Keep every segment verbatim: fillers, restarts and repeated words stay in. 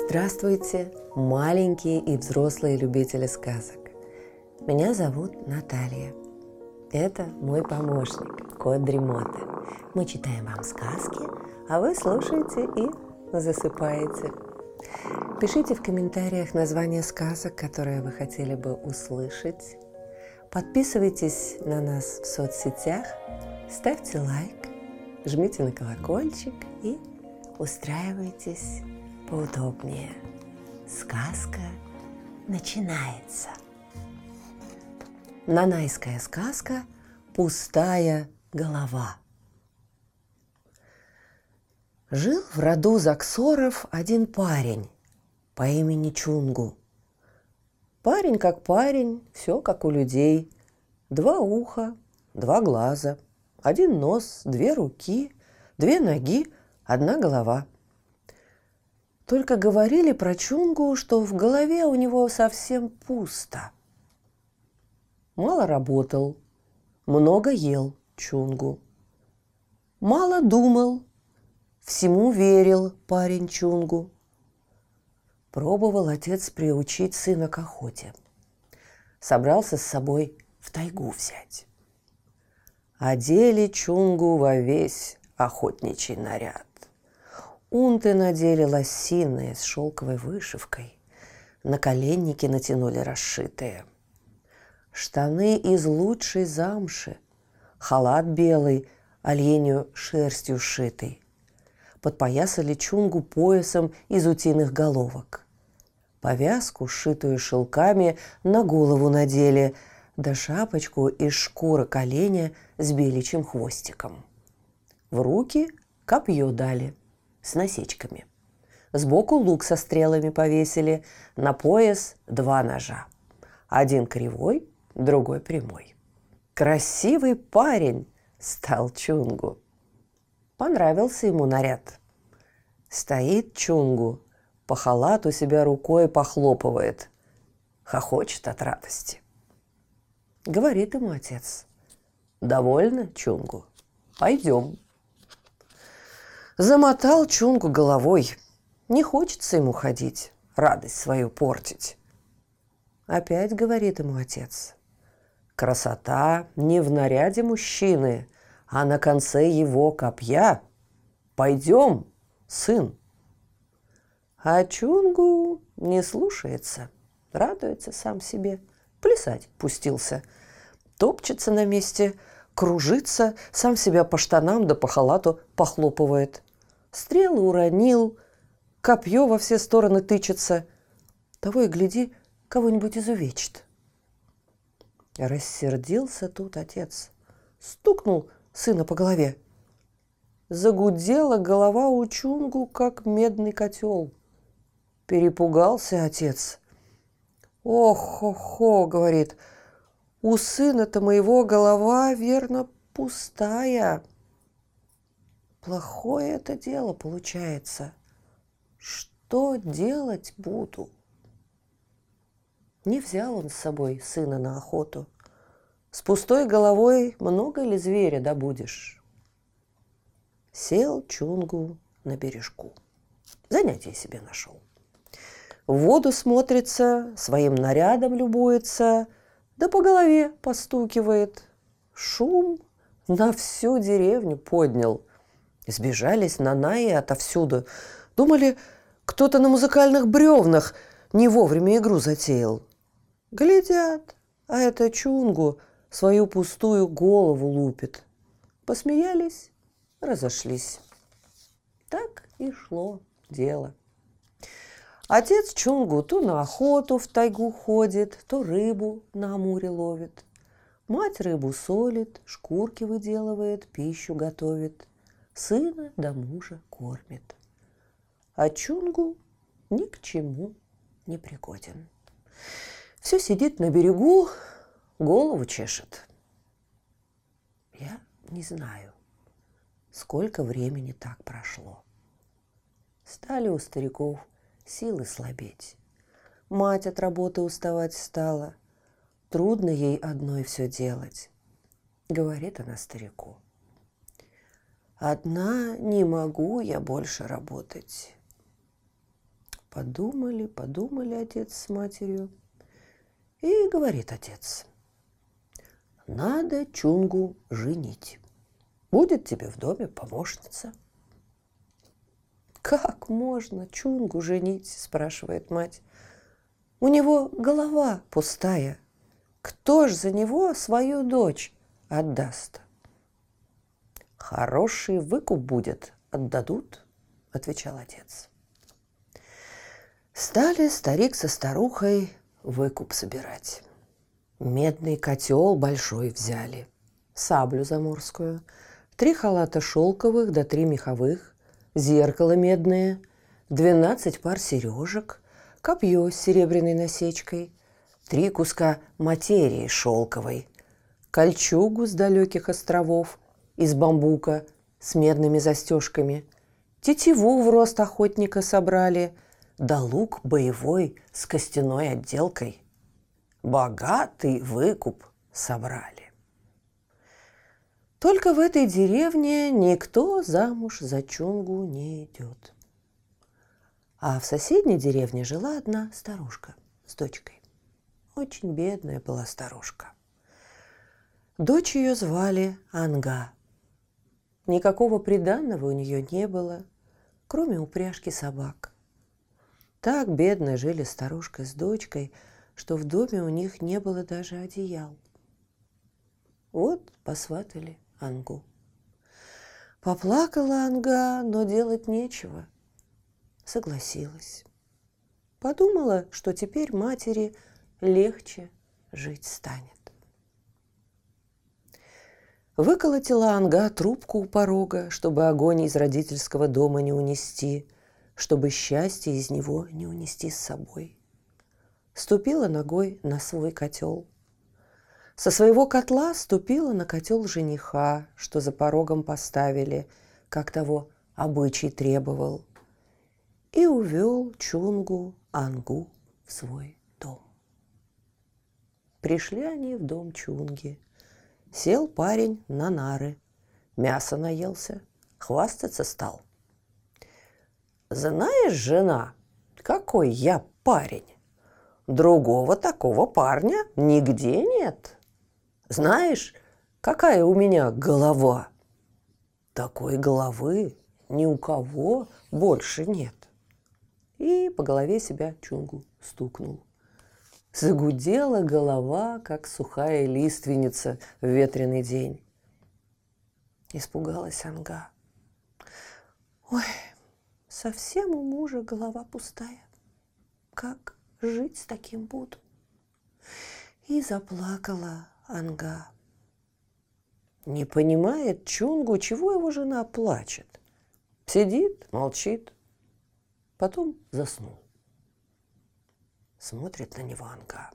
Здравствуйте, маленькие и взрослые любители сказок. Меня зовут Наталья. Это мой помощник, кот Дремота. Мы читаем вам сказки, а вы слушаете и засыпаете. Пишите в комментариях названия сказок, которые вы хотели бы услышать. Подписывайтесь на нас в соцсетях, ставьте лайк, жмите на колокольчик и устраивайтесь поудобнее. Сказка начинается. Нанайская сказка «Пустая голова». Жил в роду Заксоров один парень по имени Чунгу. Парень как парень, все как у людей. Два уха, два глаза, один нос, две руки, две ноги, одна голова. Только говорили про Чунгу, что в голове у него совсем пусто. Мало работал, много ел Чунгу. Мало думал, всему верил парень Чунгу. Пробовал отец приучить сына к охоте. Собрался с собой в тайгу взять. Одели Чунгу во весь охотничий наряд. Унты надели лосиные с шелковой вышивкой, наколенники натянули расшитые, штаны из лучшей замши, халат белый, оленью шерстью сшитый, подпоясали Чунгу поясом из утиных головок, повязку, сшитую шелками, на голову надели, да шапочку из шкуры оленя с беличьим хвостиком. В руки копье дали с насечками. Сбоку лук со стрелами повесили, на пояс два ножа. Один кривой, другой прямой. Красивый парень стал Чунгу. Понравился ему наряд. Стоит Чунгу, по халату себя рукой похлопывает, хохочет от радости. Говорит ему отец: «Довольно, Чунгу? Пойдем». Замотал Чунгу головой. Не хочется ему ходить, радость свою портить. Опять говорит ему отец: «Красота не в наряде мужчины, а на конце его копья. Пойдем, сын». А Чунгу не слушается, радуется сам себе, плясать пустился, топчется на месте, кружится, сам себя по штанам да по халату похлопывает. Стрелы уронил, копье во все стороны тычется. Того и гляди, кого-нибудь изувечит. Рассердился тут отец, стукнул сына по голове. Загудела голова у Чунгу, как медный котел. Перепугался отец. «Ох-хо-хо», — говорит, — «у сына-то моего голова, верно, пустая. Плохое это дело получается. Что делать буду?» Не взял он с собой сына на охоту. С пустой головой много ли зверя добудешь? Сел Чунгу на бережку. Занятие себе нашел. В воду смотрится, своим нарядом любуется, да по голове постукивает. Шум на всю деревню поднял. Сбежались нанаи отовсюду. Думали, кто-то на музыкальных бревнах не вовремя игру затеял. Глядят, а это Чунгу свою пустую голову лупит. Посмеялись, разошлись. Так и шло дело. Отец Чунгу то на охоту в тайгу ходит, то рыбу на Амуре ловит. Мать рыбу солит, шкурки выделывает, пищу готовит. Сына да мужа кормит. А Чунгу ни к чему не пригоден. Все сидит на берегу, голову чешет. Я не знаю, сколько времени так прошло. Стали у стариков силы слабеть. Мать от работы уставать стала. Трудно ей одной все делать. Говорит она старику: «Одна не могу я больше работать. Подумали, подумали отец с матерью. И говорит отец: надо Чунгу женить. Будет тебе в доме помощница. Как можно Чунгу женить, спрашивает мать. У него голова пустая. Кто ж за него свою дочь отдаст? Хороший выкуп будет, отдадут, отвечал отец. Стали старик со старухой выкуп собирать. Медный котел большой взяли, саблю заморскую, три халата шелковых да три меховых, зеркало медное, двенадцать пар сережек, копье с серебряной насечкой, три куска материи шелковой, кольчугу с далеких островов из бамбука с медными застежками, тетиву в рост охотника собрали, да лук боевой с костяной отделкой. Богатый выкуп собрали. Только в этой деревне никто замуж за Чунгу не идет. А в соседней деревне жила одна старушка с дочкой. Очень бедная была старушка. Дочь ее звали Анга. Никакого приданого у нее не было, кроме упряжки собак. Так бедно жили старушка с дочкой, что в доме у них не было даже одеял. Вот посватали Ангу. Поплакала Анга, но делать нечего. Согласилась. Подумала, что теперь матери легче жить станет. Выколотила Анга трубку у порога, чтобы огонь из родительского дома не унести, чтобы счастье из него не унести с собой. Ступила ногой на свой котел. Со своего котла ступила на котел жениха, что за порогом поставили, как того обычай требовал, и увел Чунгу Ангу в свой дом. Пришли они в дом Чунги. Сел парень на нары, мясо наелся, хвастаться стал. Знаешь, жена, какой я парень? Другого такого парня нигде нет. Знаешь, какая у меня голова? Такой головы ни у кого больше нет. И по голове себя Чунгу стукнул. Загудела голова, как сухая лиственница в ветреный день. Испугалась Анга. Ой, совсем у мужа голова пустая. Как жить с таким буду? И заплакала Анга. Не понимает Чунгу, чего его жена плачет. Сидит, молчит. Потом заснул. Смотрит на него Анга.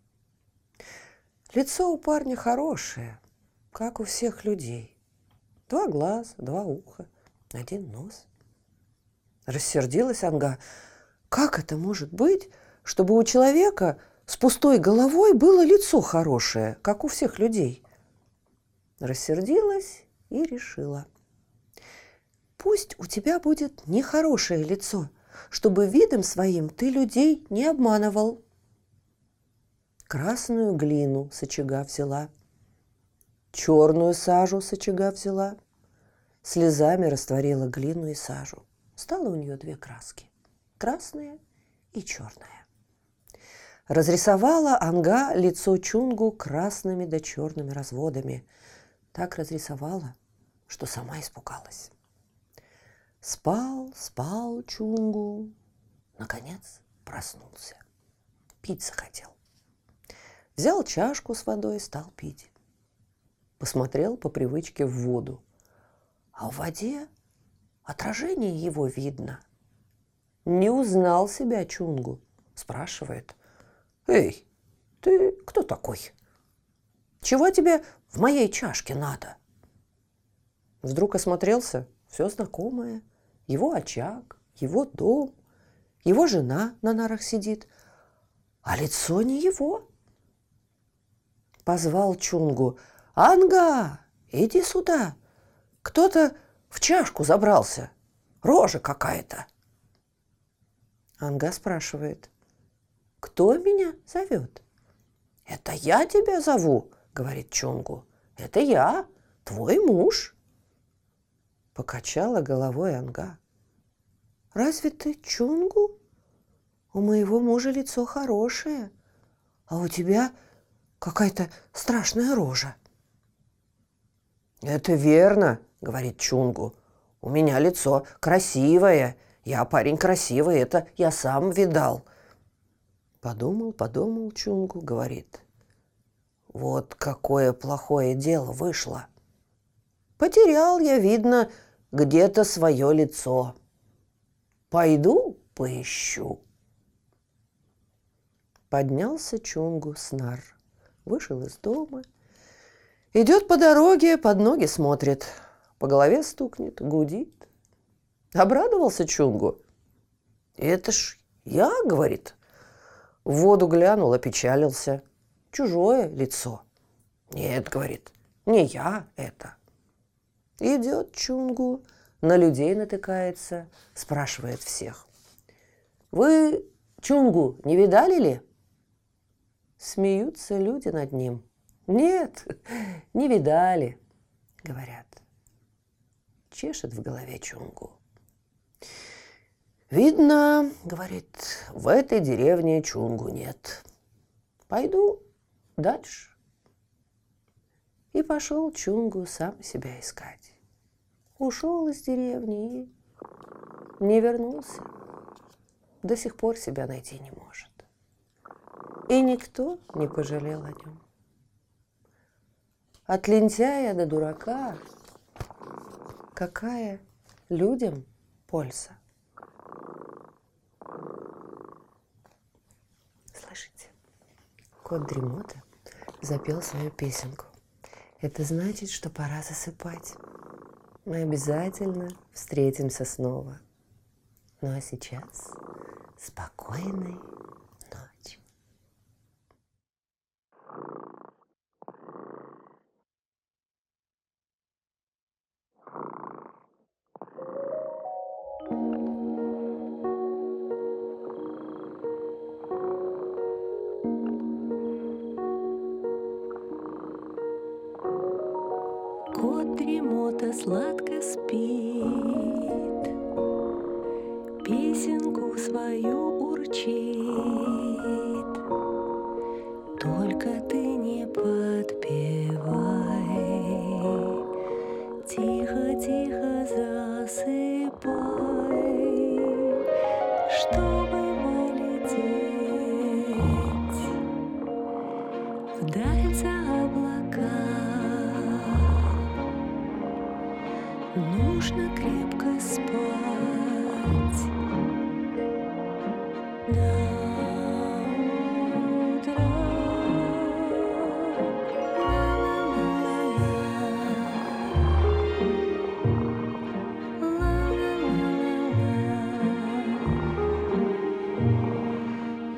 Лицо у парня хорошее, как у всех людей. Два глаза, два уха, один нос. Рассердилась Анга. Как это может быть, чтобы у человека с пустой головой было лицо хорошее, как у всех людей? Рассердилась и решила. Пусть у тебя будет нехорошее лицо, чтобы видом своим ты людей не обманывал. Красную глину с очага взяла, черную сажу с очага взяла, слезами растворила глину и сажу. Стало у нее две краски – красная и черная. Разрисовала Анга лицо Чунгу красными да черными разводами. Так разрисовала, что сама испугалась. Спал, спал Чунгу, наконец проснулся. Пить захотел. Взял чашку с водой и стал пить. Посмотрел по привычке в воду. А в воде отражение его видно. Не узнал себя Чунгу. Спрашивает. Эй, ты кто такой? Чего тебе в моей чашке надо? Вдруг осмотрелся, все знакомое. Его очаг, его дом, его жена на нарах сидит, а лицо не его. Позвал Чунгу. Анга, иди сюда. Кто-то в чашку забрался. Рожа какая-то. Анга спрашивает: «Кто меня зовет?» «Это я тебя зову», — говорит Чунгу. «Это я, твой муж». Покачала головой Анга. «Разве ты Чунгу? У моего мужа лицо хорошее, а у тебя какая-то страшная рожа». «Это верно», — говорит Чунгу. «У меня лицо красивое. Я парень красивый, это я сам видал». Подумал, подумал Чунгу, говорит: «Вот какое плохое дело вышло. Потерял я, видно, где-то свое лицо. Пойду поищу». Поднялся Чунгу с нар, вышел из дома, идет по дороге, под ноги смотрит, по голове стукнет, гудит. Обрадовался Чунгу. «Это ж я, — говорит». В воду глянул, опечалился. Чужое лицо. «Нет, — говорит, — не я это». Идет Чунгу, на людей натыкается, спрашивает всех: «Вы Чунгу не видали ли?» Смеются люди над ним. «Нет, не видали», — говорят. Чешет в голове Чунгу. «Видно, — говорит, — в этой деревне Чунгу нет. Пойду дальше». И пошел Чунгу сам себя искать. Ушел из деревни и не вернулся. До сих пор себя найти не может. И никто не пожалел о нем. От лентяя до дурака какая людям польза? Слышите? Кот Дремота запел свою песенку. Это значит, что пора засыпать. Мы обязательно встретимся снова. Ну а сейчас спокойной ночи. Кот Дремота сладко спит, песенку свою урчит. Только ты не подпевай, тихо-тихо засыпай, чтобы полететь вдаль за облака. Нужно крепко спать до утра.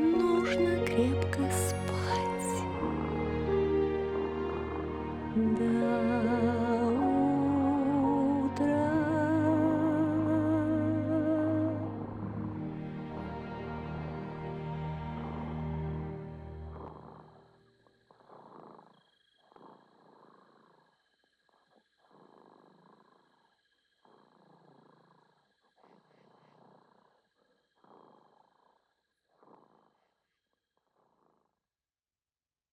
Нужно крепко спать до